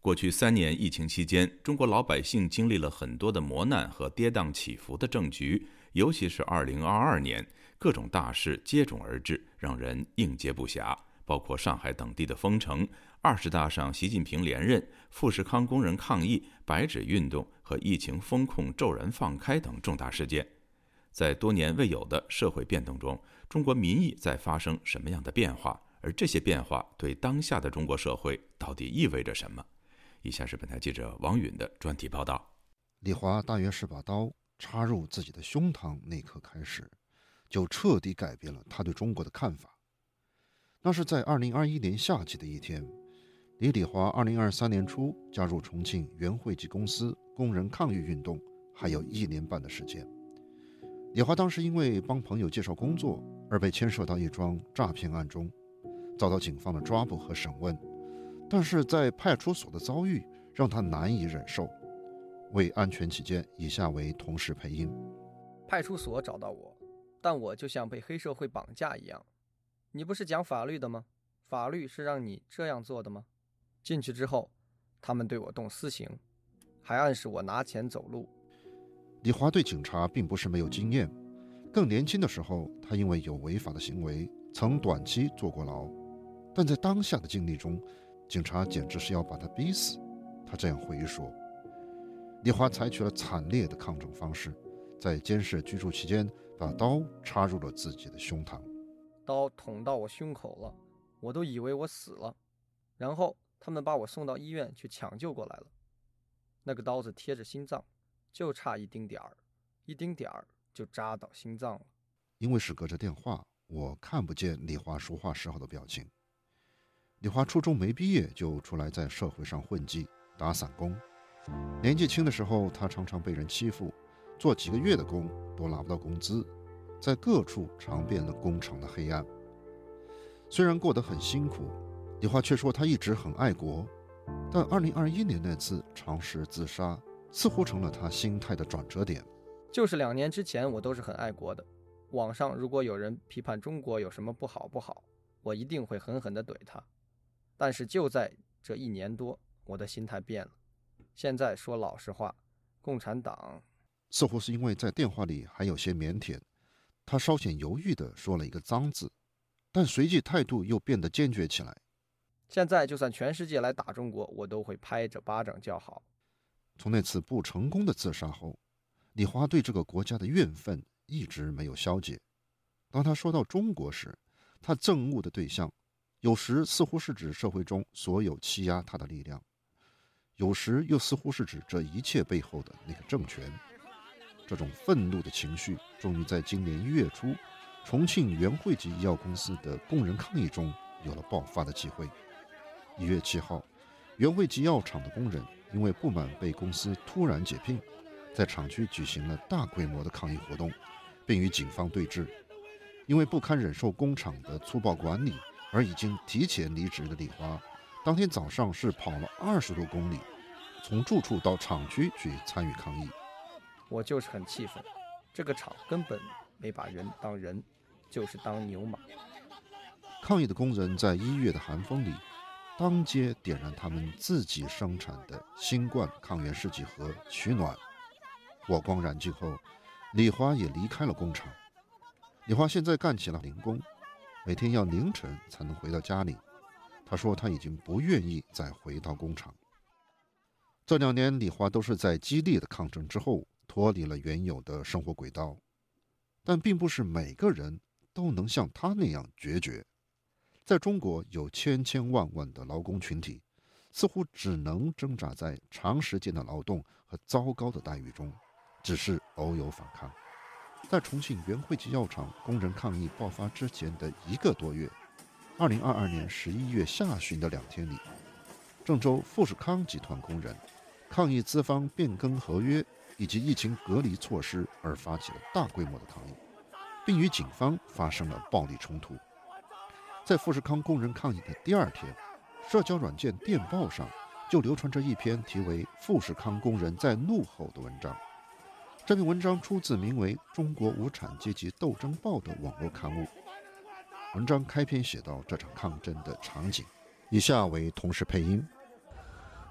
过去3年疫情期间，中国老百姓经历了很多的磨难和跌宕起伏的政局，尤其是2022年，各种大事接踵而至，让人应接不暇。包括上海等地的封城、20大上习近平连任、富士康工人抗议、白纸运动和疫情风控骤然放开等重大事件。在多年未有的社会变动中，中国民意在发生什么样的变化？而这些变化对当下的中国社会到底意味着什么？以下是本台记者王允的专题报道。 李华大约是把刀插入自己的胸膛那刻开始，就彻底改变了他对中国的看法。那是在2021年夏季的一天，离李华2023年初加入重庆原汇集公司工人抗议运动还有1年半的时间。李华当时因为帮朋友介绍工作而被牵涉到一桩诈骗案中，遭到警方的抓捕和审问，但是在派出所的遭遇让他难以忍受。为安全起见，以下为同时配音。 派出所找到我，但我就像被黑社会绑架一样。你不是讲法律的吗？法律是让你这样做的吗？进去之后，他们对我动私刑，还暗示我拿钱走路。 李华对警察并不是没有经验，更年轻的时候，他因为有违法的行为，曾短期坐过牢。但在当下的经历中，警察简直是要把他逼死。他这样回忆说，李华采取了惨烈的抗争方式，在监视居住期间，把刀插入了自己的胸膛。 刀捅到我胸口了，我都以为我死了。然后他们把我送到医院去抢救过来了。那个刀子贴着心脏，就差一丁点儿就扎到心脏了。 因为是隔着电话，我看不见李华说话时候的表情。李华初中没毕业就出来在社会上混迹，打散工。年纪轻的时候，他常常被人欺负，做几个月的工都拿不到工资，在各处尝遍了工厂的黑暗。虽然过得很辛苦，李华却说他一直很爱国。但2021年那次尝试自杀，似乎成了他心态的转折点。 就是2年之前，我都是很爱国的。网上如果有人批判中国有什么不好，我一定会狠狠地怼他。但是就在这1年多，我的心态变了。现在说老实话，共产党…… 似乎是因为在电话里还有些腼腆，他稍显犹豫地说了一个脏字，但随即态度又变得坚决起来。 现在就算全世界来打中国，我都会拍着巴掌叫好。 从那次不成功的自杀后，李华对这个国家的怨愤一直没有消解。当他说到中国时，他憎恶的对象有时似乎是指社会中所有欺压他的力量，有时又似乎是指这一切背后的那个政权。这种愤怒的情绪终于在今年1月初，重庆原汇集医药公司的工人抗议中有了爆发的机会。1月7号，原汇集药厂的工人因为不满被公司突然解聘，在厂区举行了大规模的抗议活动，并与警方对峙。因为不堪忍受工厂的粗暴管理而已经提前离职的李华，当天早上是跑了20多公里，从住处到厂区去参与抗议。 我就是很气愤，这个厂根本没把人当人，就是当牛马。 抗议的工人在1月的寒风里，当街点燃他们自己生产的新冠抗原试剂盒取暖。火光燃尽后，李华也离开了工厂。李华现在干起了零工，每天要凌晨才能回到家里。他说他已经不愿意再回到工厂。这2年，李华都是在激烈的抗争之后脱离了原有的生活轨道，但并不是每个人都能像他那样决绝。在中国，有千千万万的劳工群体，似乎只能挣扎在长时间的劳动和糟糕的待遇中，只是偶有反抗。在重庆原汇集药厂工人抗议爆发之前的1个多月，2022年11月下旬的2天里，郑州富士康集团工人抗议资方变更合约以及疫情隔离措施而发起了大规模的抗议，并与警方发生了暴力冲突。在富士康工人抗议的第2天，社交软件电报上就流传着一篇题为《富士康工人在怒吼》的文章。这篇文章出自名为《中国无产阶级斗争报》的网络刊物。文章开篇写到这场抗争的场景，以下为同时配音。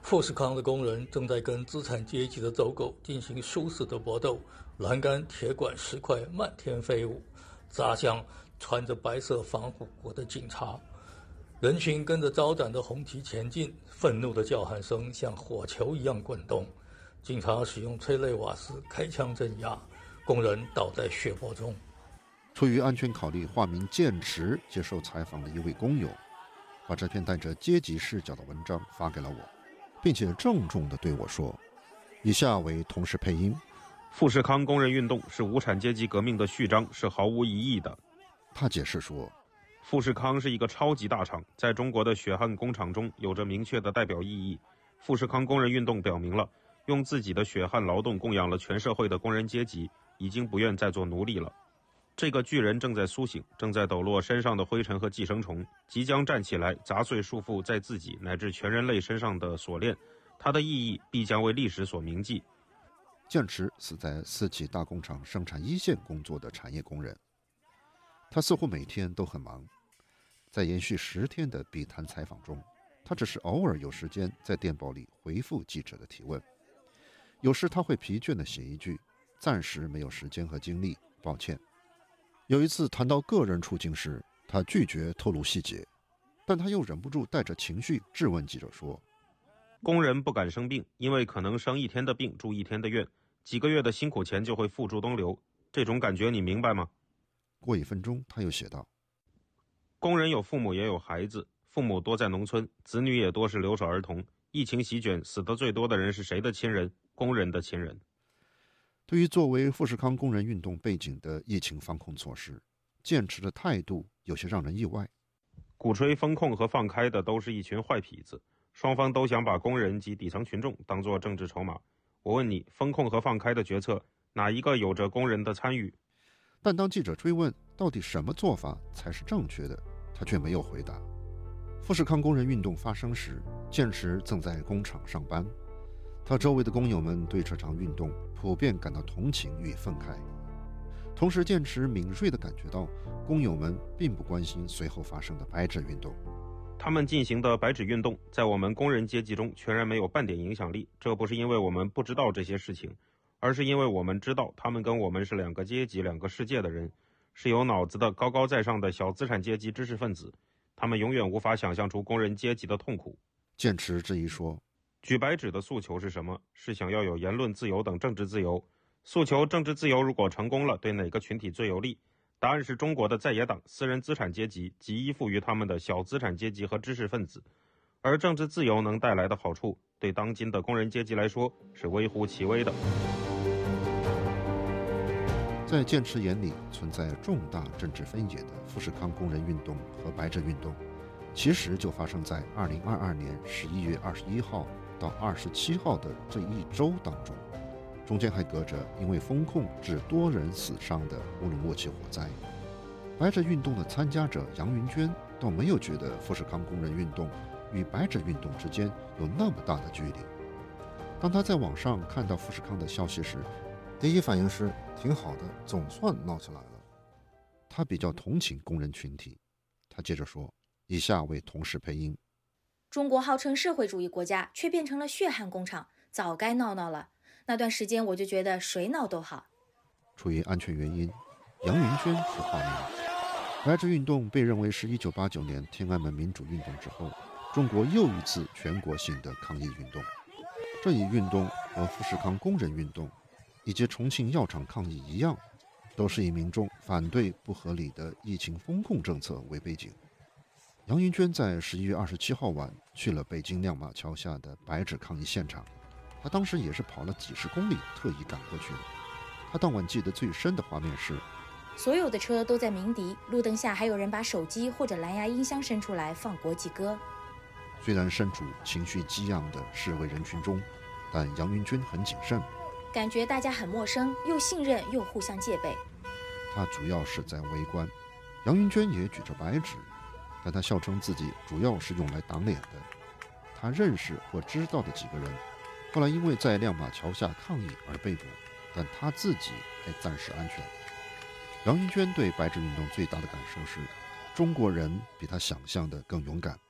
富士康的工人正在跟资产阶级的走狗进行殊死的搏斗，栏杆、铁管、石块漫天飞舞，砸向穿着白色防护服的警察。人群跟着招展的红旗前进，愤怒的叫喊声像火球一样滚动。警察使用催泪瓦斯开枪镇压，工人倒在血泊中。 出于安全考虑，化名剑池接受采访的一位工友，把这篇带着阶级视角的文章发给了我，并且郑重地对我说：“以下为同时配音。 富士康工人运动是无产阶级革命的序章，是毫无疑义的。” 他解释说， 富士康是一个超级大厂，在中国的血汗工厂中有着明确的代表意义。富士康工人运动表明了，用自己的血汗劳动供养了全社会的工人阶级，已经不愿再做奴隶了。这个巨人正在苏醒，正在抖落身上的灰尘和寄生虫，即将站起来砸碎束缚在自己乃至全人类身上的锁链，它的意义必将为历史所铭记。 剑池是在四季大工厂生产一线工作的产业工人，他似乎每天都很忙。在连续10天的笔谈采访中，他只是偶尔有时间在电报里回复记者的提问。有时他会疲倦地写一句：“暂时没有时间和精力，抱歉。”有一次谈到个人处境时，他拒绝透露细节，但他又忍不住带着情绪质问记者说：“ 工人不敢生病，因为可能生1天的病住1天的院，几个月的辛苦钱就会付诸东流。这种感觉你明白吗？” 过1分钟，他又写道：“ 工人有父母也有孩子，父母多在农村，子女也多是留守儿童。疫情席卷，死得最多的人是谁的亲人？工人的亲人。” 对于作为富士康工人运动背景的疫情防控措施，剑池的态度有些让人意外。 鼓吹风控和放开的都是一群坏痞子，双方都想把工人及底层群众当作政治筹码。我问你，风控和放开的决策，哪一个有着工人的参与？ 但当记者追问到底什么做法才是正确的，他却没有回答。富士康工人运动发生时，剑池正在工厂上班，他周围的工友们对这场运动普遍感到同情与愤慨。同时，剑池敏锐地感觉到工友们并不关心随后发生的白纸运动。 他们进行的白纸运动在我们工人阶级中全然没有半点影响力，这不是因为我们不知道这些事情，而是因为我们知道他们跟我们是2个阶级2个世界的人，是有脑子的高高在上的小资产阶级知识分子，他们永远无法想象出工人阶级的痛苦。 剑池质疑说， 举白纸的诉求是什么？是想要有言论自由等政治自由。诉求政治自由如果成功了，对哪个群体最有利？答案是中国的在野党、私人资产阶级及依附于他们的小资产阶级和知识分子。而政治自由能带来的好处，对当今的工人阶级来说是微乎其微的。 在剑池眼里，存在重大政治分野的富士康工人运动和白纸运动，其实就发生在2022年11月21号到27号的这1周当中，中间还隔着因为风控致多人死伤的乌鲁木齐火灾。白纸运动的参加者杨云娟倒没有觉得富士康工人运动与白纸运动之间有那么大的距离。当他在网上看到富士康的消息时，第一反应是挺好的，总算闹起来了。他比较同情工人群体，他接着说，以下为同时配音： 中国号称社会主义国家，却变成了血汗工厂，早该闹闹了。那段时间我就觉得谁闹都好。 出于安全原因，杨云娟是化名。白纸运动被认为是1989年天安门民主运动之后，中国又一次全国性的抗议运动。这一运动和富士康工人运动以及重庆药厂抗议一样，都是以民众反对不合理的疫情风控政策为背景。杨云娟在11月27号晚去了北京亮马桥下的白纸抗议现场，她当时也是跑了几十公里特意赶过去的。她当晚记得最深的画面是， 所有的车都在鸣笛，路灯下还有人把手机或者蓝牙音箱伸出来放国际歌。 虽然身处情绪激昂的示威人群中，但杨云娟很谨慎， 感觉大家很陌生，又信任又互相戒备。 她主要是在围观。杨云娟也举着白纸，但她笑称自己主要是用来挡脸的。她认识或知道的几个人，后来因为在亮马桥下抗议而被捕，但她自己还暂时安全。杨云娟对白纸运动最大的感受是，中国人比她想象的更勇敢。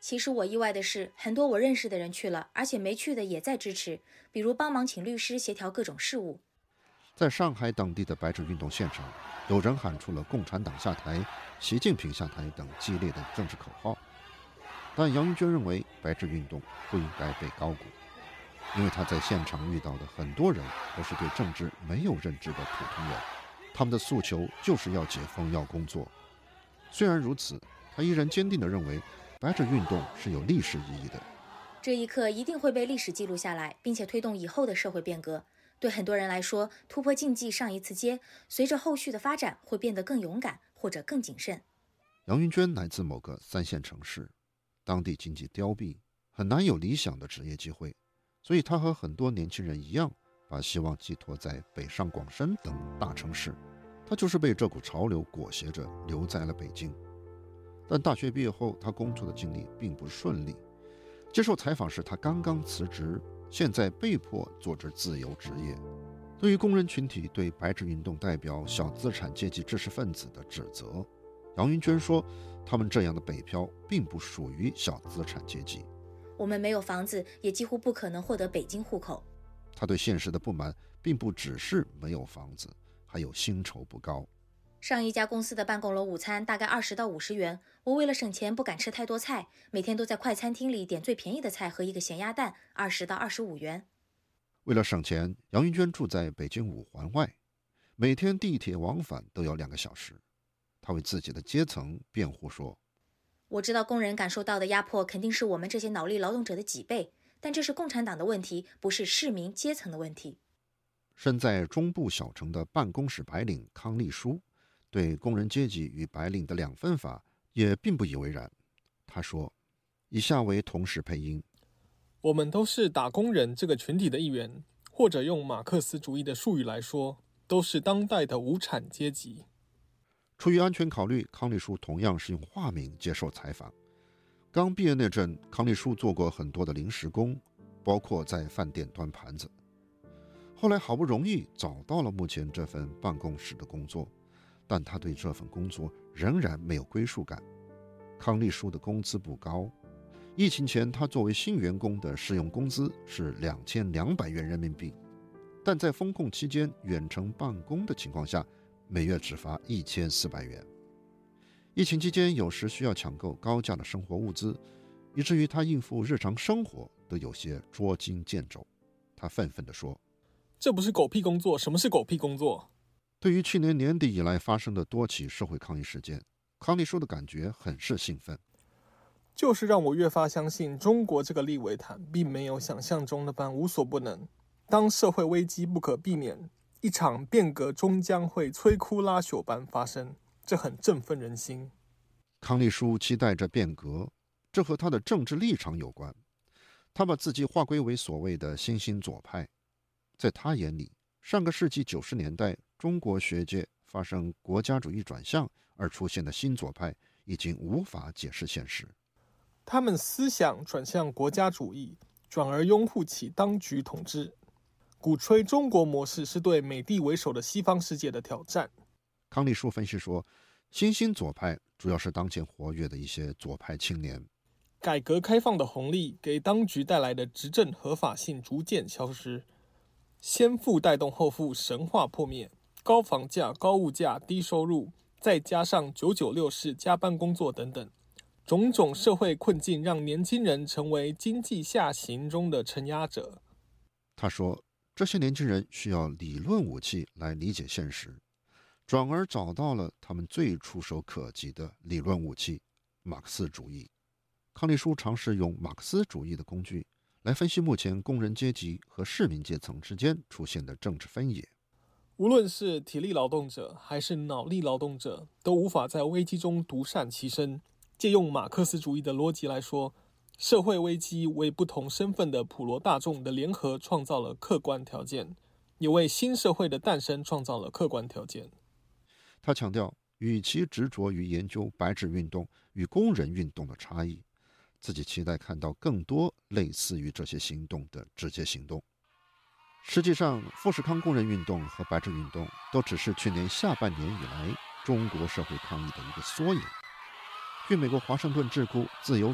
其实我意外的是，很多我认识的人去了，而且没去的也在支持，比如帮忙请律师协调各种事务。 在上海等地的白纸运动现场，有人喊出了“共产党下台”、“习近平下台”等激烈的政治口号。但杨云娟认为，白纸运动不应该被高估，因为他在现场遇到的很多人都是对政治没有认知的普通人，他们的诉求就是要解封、要工作。虽然如此，他依然坚定地认为，白纸运动是有历史意义的。 这一刻一定会被历史记录下来，并且推动以后的社会变革。对很多人来说，突破禁忌上一次街，随着后续的发展会变得更勇敢或者更谨慎。 杨云娟来自某个3线城市，当地经济凋敝，很难有理想的职业机会，所以她和很多年轻人一样，把希望寄托在北上广深等大城市。她就是被这股潮流裹挟着留在了北京。但大学毕业后，她工作的经历并不顺利。接受采访时，她刚刚辞职，现在被迫做着自由职业。对于工人群体对白纸运动代表小资产阶级知识分子的指责，杨云娟说，他们这样的北漂并不属于小资产阶级。 我们没有房子，也几乎不可能获得北京户口。 他对现实的不满并不只是没有房子，还有薪酬不高。 上一家公司的办公楼午餐大概20到50元，我为了省钱不敢吃太多菜，每天都在快餐厅里点最便宜的菜和一个咸鸭蛋，20到25元。 为了省钱，杨云娟住在北京5环外，每天地铁往返都要2个小时。她为自己的阶层辩护说， 我知道工人感受到的压迫肯定是我们这些脑力劳动者的几倍，但这是共产党的问题，不是市民阶层的问题。 身在中部小城的办公室白领康丽书对工人阶级与白领的2分法也并不以为然。他说，以下为同时配音， 我们都是打工人这个群体的一员，或者用马克思主义的术语来说，都是当代的无产阶级。 出于安全考虑，康丽书同样是用化名接受采访。刚毕业那阵，康丽书做过很多的临时工，包括在饭店端盘子。后来好不容易找到了目前这份办公室的工作，但他对这份工作仍然没有归属感。康丽书的工资不高，疫情前他作为新员工的试用工资是2200元人民币，但在封控期间远程办公的情况下，每月只发1400元。疫情期间有时需要抢购高价的生活物资，以至于他应付日常生活都有些捉襟见肘。他愤愤地说， 这不是狗屁工作，什么是狗屁工作？ 对于去年年底以来发生的多起社会抗议事件，康丽书的感觉很是兴奋， 就是让我越发相信中国这个利维坦并没有想象中的般无所不能。当社会危机不可避免，一场变革终将会摧枯拉朽般发生，这很振奋人心。 康丽书期待着变革，这和他的政治立场有关。他把自己划归为所谓的新兴左派。在他眼里，上个世纪90年代中国学界发生国家主义转向而出现的新左派已经无法解释现实。 他们思想转向国家主义，转而拥护起当局统治，鼓吹中国模式是对美帝为首的西方世界的挑战。 康丽书分析说，新兴左派主要是当前活跃的一些左派青年。 改革开放的红利给当局带来的执政合法性逐渐消失，先富带动后富神话破灭，高房价、高物价、低收入，再加上996式加班工作等等，种种社会困境让年轻人成为经济下行中的承压者。 他说，这些年轻人需要理论武器来理解现实，转而找到了他们最触手可及的理论武器——马克思主义。康丽书尝试用马克思主义的工具来分析目前工人阶级和市民阶层之间出现的政治分野。 无论是体力劳动者还是脑力劳动者，都无法在危机中独善其身。借用马克思主义的逻辑来说，社会危机为不同身份的普罗大众的联合创造了客观条件，也为新社会的诞生创造了客观条件。 他强调，与其执着于研究白纸运动与工人运动的差异，自己期待看到更多类似于这些行动的直接行动。实际上，富士康工人运动和白纸运动都只是去年下半年以来中国社会抗议的一个缩影。据美国华盛顿智库自由之家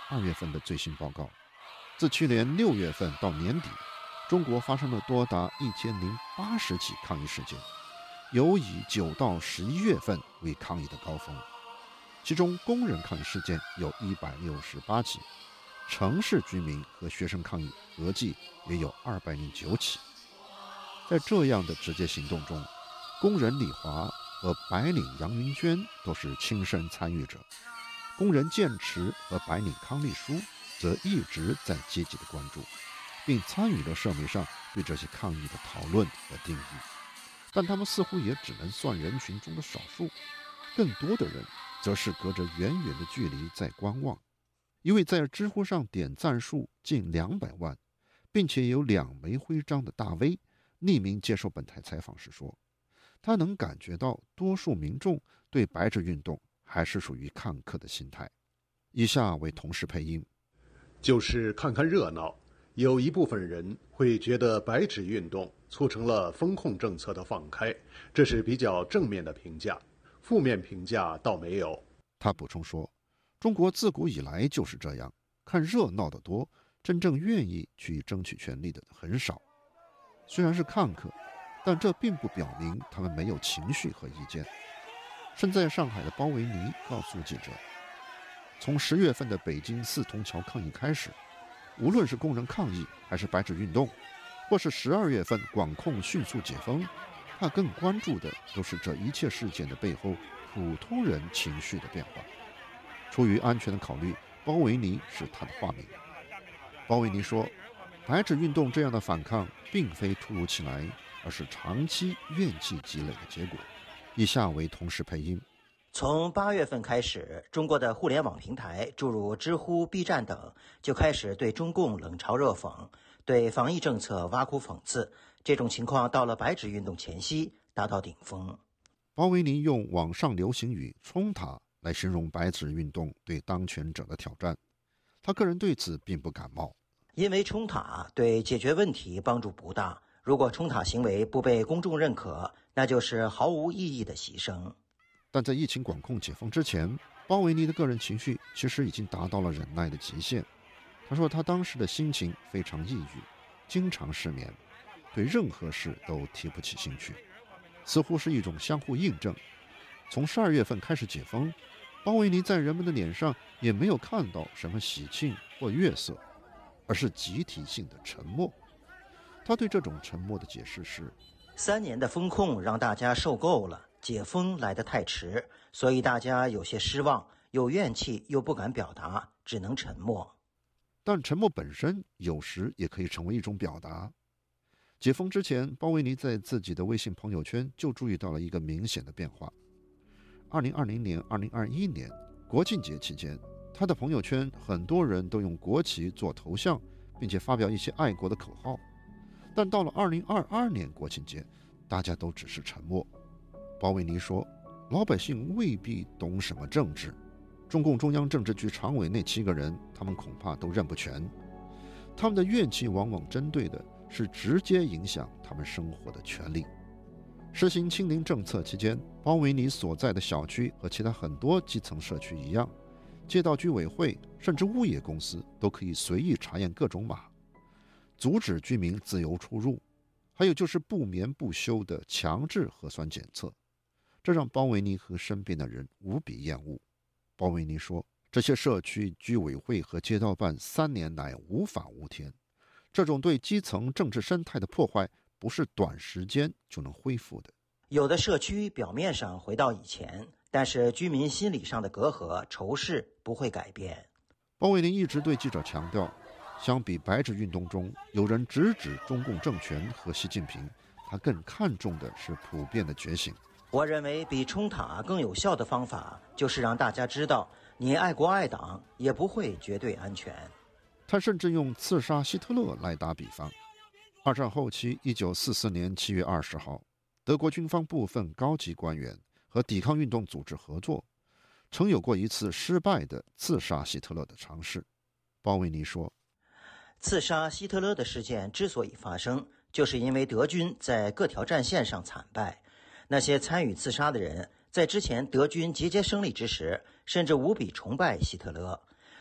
2月份的最新报告，自去年6月份到年底，中国发生了多达1080起抗议事件，尤以9到11月份为抗议的高峰。其中工人抗议事件有168起，城市居民和学生抗议合计也有209起。在这样的直接行动中，工人李华和白领杨云娟都是亲身参与者，工人建池和白领康丽书则一直在积极的关注，并参与了社媒上对这些抗议的讨论和定义。但他们似乎也只能算人群中的少数，更多的人则是隔着远远的距离在观望。一位在知乎上点赞数近200万，并且有2枚徽章的大 V， 匿名接受本台采访时说，他能感觉到多数民众对白纸运动还是属于看客的心态。以下为同事配音。 就是看看热闹，有一部分人会觉得白纸运动促成了风控政策的放开，这是比较正面的评价，负面评价倒没有。 他补充说，中国自古以来就是这样，看热闹的多，真正愿意去争取权利的很少。虽然是看客，但这并不表明他们没有情绪和意见。身在上海的包维尼告诉记者，从10月份的北京4通桥抗议开始，无论是工人抗议还是白纸运动，或是12月份管控迅速解封，他更关注的都是这一切事件的背后普通人情绪的变化。出于安全的考虑，包维尼是他的化名。包维尼说，白纸运动这样的反抗并非突如其来，而是长期怨气积累的结果。以下为同事配音。 从8月份开始，中国的互联网平台诸如知乎、B 站等就开始对中共冷嘲热讽，对防疫政策挖苦讽刺。这种情况到了白纸运动前夕达到顶峰。 包维尼用网上流行语冲塔来形容白纸运动对当权者的挑战，他个人对此并不感冒， 因为冲塔对解决问题帮助不大，如果冲塔行为不被公众认可，那就是毫无意义的牺牲。 但在疫情管控解封之前，包维尼的个人情绪其实已经达到了忍耐的极限。他说他当时的心情非常抑郁，经常失眠，对任何事都提不起兴趣，似乎是一种相互印证。从12月份开始解封，包维尼在人们的脸上也没有看到什么喜庆或悦色，而是集体性的沉默。他对这种沉默的解释是 ：3年的风控让大家受够了，解封来得太迟，所以大家有些失望，有怨气又不敢表达，只能沉默。 但沉默本身有时也可以成为一种表达。解封之前，包维尼在自己的微信朋友圈就注意到了一个明显的变化。2020年、2021年国庆节期间，他的朋友圈很多人都用国旗做头像，并且发表一些爱国的口号。但到了2022年国庆节，大家都只是沉默。包维尼说，老百姓未必懂什么政治，中共中央政治局常委那7个人，他们恐怕都认不全。他们的怨气往往针对的是直接影响他们生活的权利。实行清零政策期间，包维尼所在的小区和其他很多基层社区一样，街道居委会甚至物业公司都可以随意查验各种码，阻止居民自由出入，还有就是不眠不休的强制核酸检测，这让包维尼和身边的人无比厌恶。包维尼说，这些社区居委会和街道办3年来无法无天，这种对基层政治生态的破坏不是短时间就能恢复的。 有的社区表面上回到以前，但是居民心理上的隔阂、仇视不会改变。 包维尼一直对记者强调，相比白纸运动中有人直指中共政权和习近平，他更看重的是普遍的觉醒。 我认为比冲塔更有效的方法，就是让大家知道，你爱国爱党也不会绝对安全。 他甚至用刺杀希特勒来打比方。二战后期1944年7月20号，德国军方部分高级官员和抵抗运动组织合作，曾有过一次失败的刺杀希特勒的尝试。包维尼说， 刺杀希特勒的事件之所以发生，就是因为德军在各条战线上惨败。那些参与刺杀的人，在之前德军节节胜利之时，甚至无比崇拜希特勒，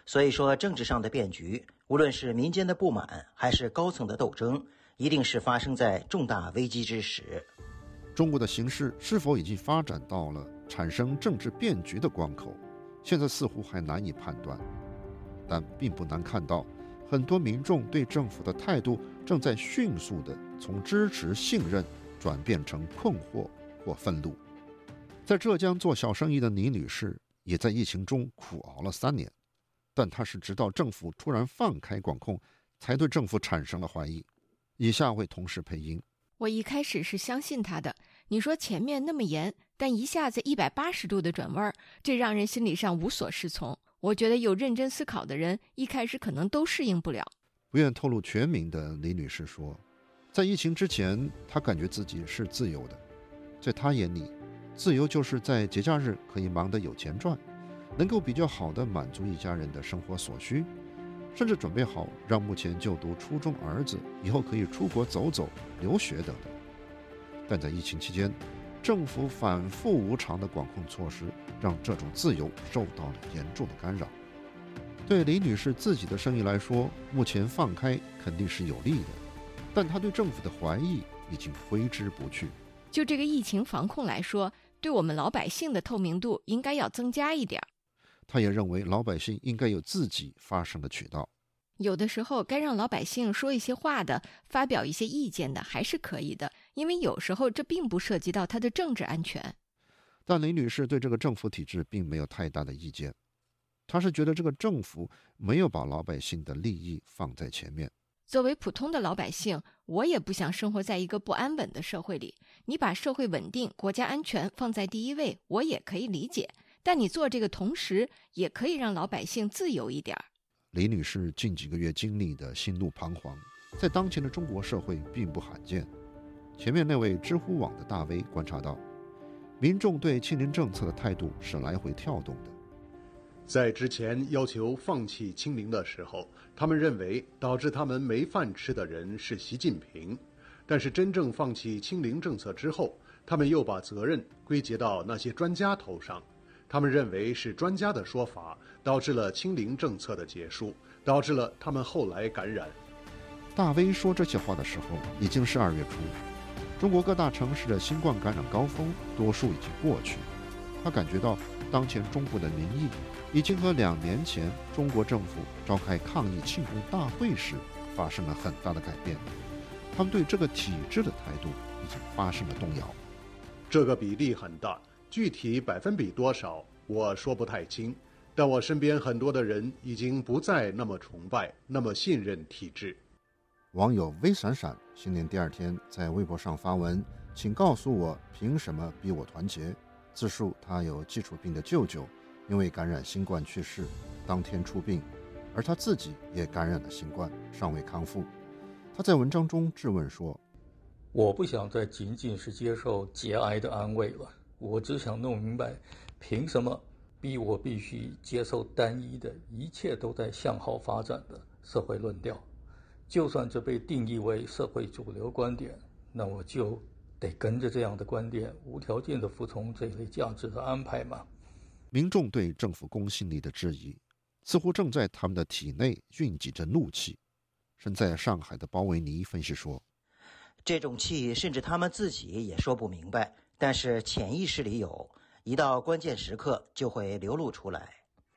所以说，政治上的变局，无论是民间的不满，还是高层的斗争，一定是发生在重大危机之时。 中国的形势是否已经发展到了产生政治变局的关口，现在似乎还难以判断。但并不难看到，很多民众对政府的态度正在迅速地从支持、信任转变成困惑或愤怒。在浙江做小生意的李女士也在疫情中苦熬了3年，但她是直到政府突然放开管控，才对政府产生了怀疑。以下为同事配音。 我一开始是相信他的，你说前面那么严，但一下子180度的转弯，这让人心理上无所适从。我觉得有认真思考的人，一开始可能都适应不了。 不愿透露全名的李女士说，在疫情之前，她感觉自己是自由的。在她眼里，自由就是在节假日可以忙得有钱赚，能够比较好地满足一家人的生活所需，甚至准备好让目前就读初中儿子以后可以出国走走、留学等等。但在疫情期间，政府反复无常的管控措施，让这种自由受到了严重的干扰。对李女士自己的生意来说，目前放开肯定是有利的，但她对政府的怀疑已经挥之不去。 就这个疫情防控来说，对我们老百姓的透明度应该要增加一点。 她也认为老百姓应该有自己发声的渠道。 有的时候该让老百姓说一些话的，发表一些意见的，还是可以的，因为有时候这并不涉及到他的政治安全。 但李女士对这个政府体制并没有太大的意见，她是觉得这个政府没有把老百姓的利益放在前面。 作为普通的老百姓，我也不想生活在一个不安稳的社会里。你把社会稳定、国家安全放在第一位，我也可以理解。但你做这个同时，也可以让老百姓自由一点。 李女士近几个月经历的心路彷徨，在当前的中国社会并不罕见。前面那位知乎网的大 V 观察到，民众对清零政策的态度是来回跳动的。 在之前要求放弃清零的时候，他们认为导致他们没饭吃的人是习近平，但是真正放弃清零政策之后，他们又把责任归结到那些专家头上。他们认为是专家的说法导致了清零政策的结束，导致了他们后来感染。 大 V 说这些话的时候已经是2月初，中国各大城市的新冠感染高峰多数已经过去。他感觉到当前中国的民意已经和2年前中国政府召开抗疫庆功大会时发生了很大的改变。他们对这个体制的态度已经发生了动摇。 这个比例很大，具体百分比多少我说不太清，但我身边很多的人已经不再那么崇拜、那么信任体制。 网友微闪闪新年第2天在微博上发文，请告诉我凭什么逼我团结，自述他有基础病的舅舅因为感染新冠去世，当天出殡，而他自己也感染了新冠，尚未康复。他在文章中质问说， 我不想再仅仅是接受节哀的安慰了，我只想弄明白，凭什么逼我必须接受单一的一切都在向好发展的社会论调？就算这被定义为社会主流观点，那我就得跟着这样的观点无条件的服从这类价值的安排吗？ 民众对政府公信力的质疑似乎正在他们的体内蕴积着怒气。身在上海的包维尼分析说， 这种气甚至他们自己也说不明白，但是潜意识里有，一到关键时刻就会流露出来。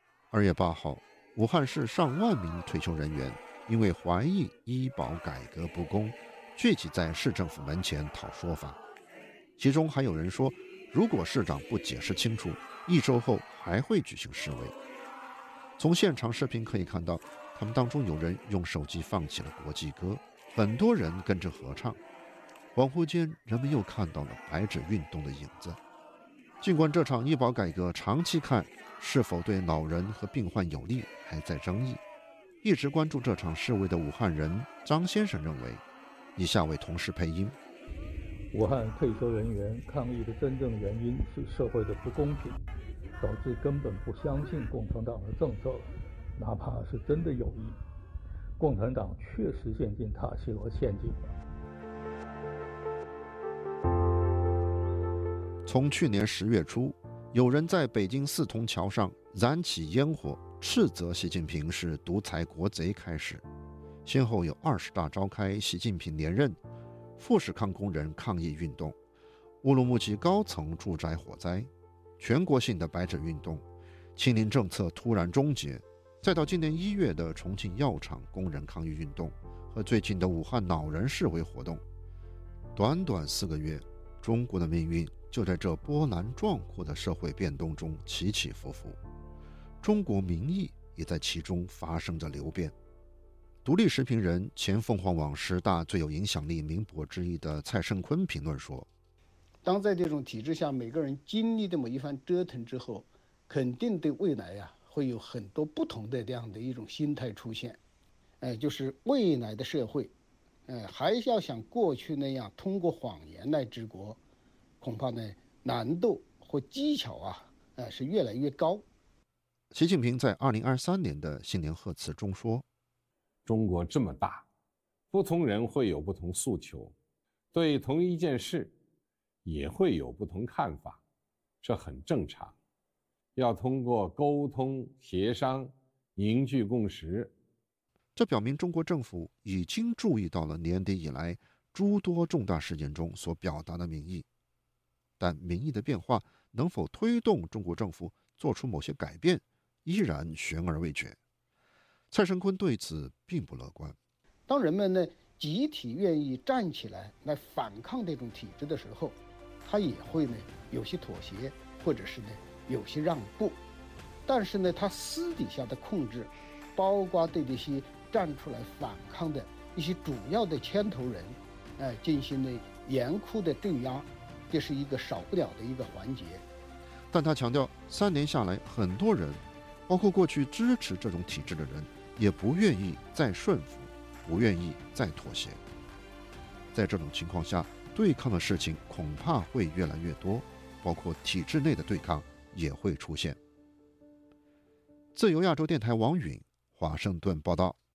2月8号，武汉市上万名退休人员因为怀疑医保改革不公，聚集在市政府门前讨说法。其中还有人说，如果市长不解释清楚，1周后还会举行示威。从现场视频可以看到，他们当中有人用手机放起了国际歌，很多人跟着合唱。恍惚间，人们又看到了白纸运动的影子。尽管这场医保改革长期看是否对老人和病患有利还在争议，一直关注这场示威的武汉人张先生认为，以下为同事配音。 武汉退休人员抗议的真正原因是社会的不公平，导致根本不相信共产党的政策，哪怕是真的有益。共产党确实陷进塔西罗陷阱了。 从去年10月初，有人在北京四通桥上燃起烟火， 斥责习近平是独裁国贼开始，先后有20大召开、习近平连任、富士康工人抗议运动、乌鲁木齐高层住宅火灾、全国性的白纸运动、清零政策突然终结，再到今年1月的重庆药厂工人抗议运动和最近的武汉恼人示威活动。短短4个月，中国的命运就在这波澜壮阔的社会变动中起起伏伏，中国民意也在其中发生着流变。独立时评人、前凤凰网10大最有影响力名博之一的蔡胜坤评论说， 当在这种体制下，每个人经历这么一番折腾之后，肯定对未来会有很多不同的这样的一种心态出现。就是未来的社会，还要像过去那样通过谎言来治国，恐怕呢难度或技巧是越来越高。 习近平在2023年的新年贺词中说， 中国这么大，不同人会有不同诉求，对同一件事也会有不同看法，这很正常。要通过沟通协商凝聚共识。 这表明中国政府已经注意到了年底以来诸多重大事件中所表达的民意，但民意的变化能否推动中国政府做出某些改变，依然悬而未决。蔡胜坤对此并不乐观。 当人们呢集体愿意站起来反抗这种体制的时候，他也会呢有些妥协，或者是呢有些让步，但是呢他私底下的控制，包括对这些站出来反抗的一些主要的牵头人，进行了严酷的镇压，这是一个少不了的一个环节。 但他强调，3年下来，很多人，包括过去支持这种体制的人，也不愿意再顺服，不愿意再妥协。在这种情况下，对抗的事情恐怕会越来越多，包括体制内的对抗也会出现。自由亚洲电台王允华盛顿报道。